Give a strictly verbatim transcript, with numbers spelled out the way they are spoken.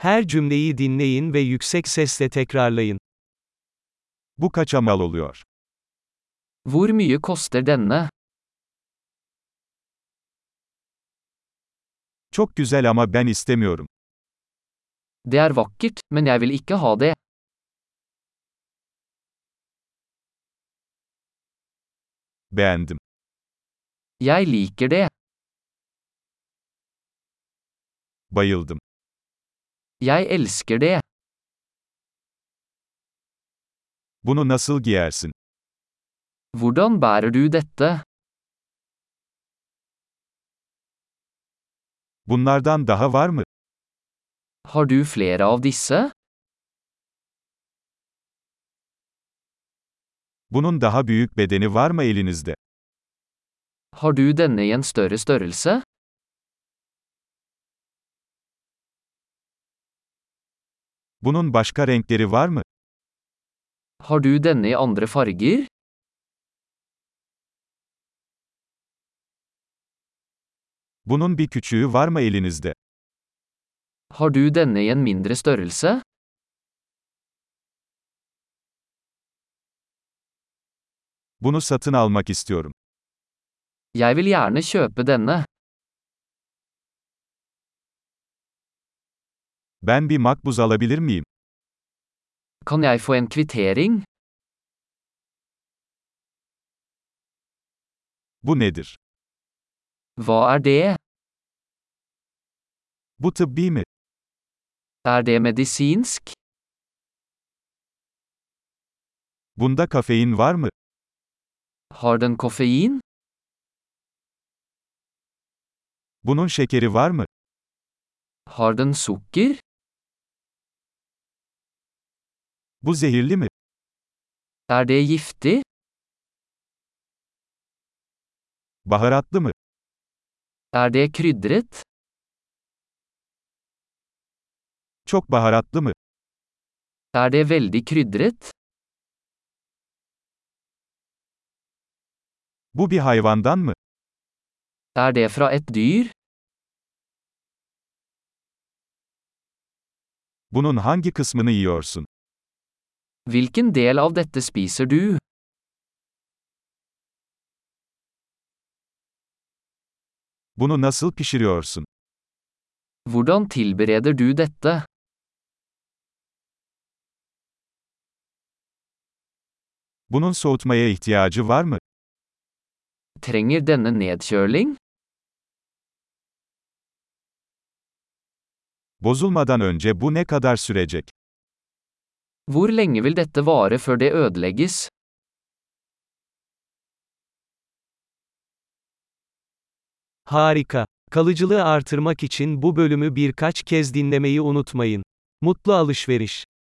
Her cümleyi dinleyin ve yüksek sesle tekrarlayın. Bu kaça mal oluyor? Hvor mye koster denne? Çok güzel ama ben istemiyorum. Det er vakkert, men jeg vil ikke ha det. Beğendim. Jeg liker det. Bayıldım. Jeg elsker det. Bunu nasıl giyersin? Hvordan bærer du dette? Bunlardan daha var mı? Har du flere av disse? Bunun daha büyük bedeni var mı elinizde? Har du denne i en større størrelse? Bunun başka renkleri var mı? Har du denne i andre farger? Bunun bir küçüğü var mı elinizde? Har du denne i en mindre størrelse? Bunu satın almak istiyorum. Jeg vil gjerne kjøpe denne. Ben bir makbuz alabilir miyim? Kan jeg få en kvittering? Bu nedir? Hva er det? Bu tıbbi mi? Er det medisinsk? Bunda kafein var mı? Har den koffein? Bunun şekeri var mı? Har den sukker? Bu zehirli mi? Er det giftig? Baharatlı mı? Er det krydret? Çok baharatlı mı? Er det veldig krydret? Bu bir hayvandan mı? Er det fra et dyr? Bunun hangi kısmını yiyorsun? Hvilken del av dette spiser du? Bunu nasıl pişiriyorsun? Hvordan tilbereder du dette? Bunun soğutmaya ihtiyacı var mı? Trenger denne nedkjøling? Bozulmadan önce bu ne kadar sürecek? Hvor lenge vil dette vare før det ødelegges? Harika. Kalıcılığı artırmak için bu bölümü birkaç kez dinlemeyi unutmayın. Mutlu alışveriş.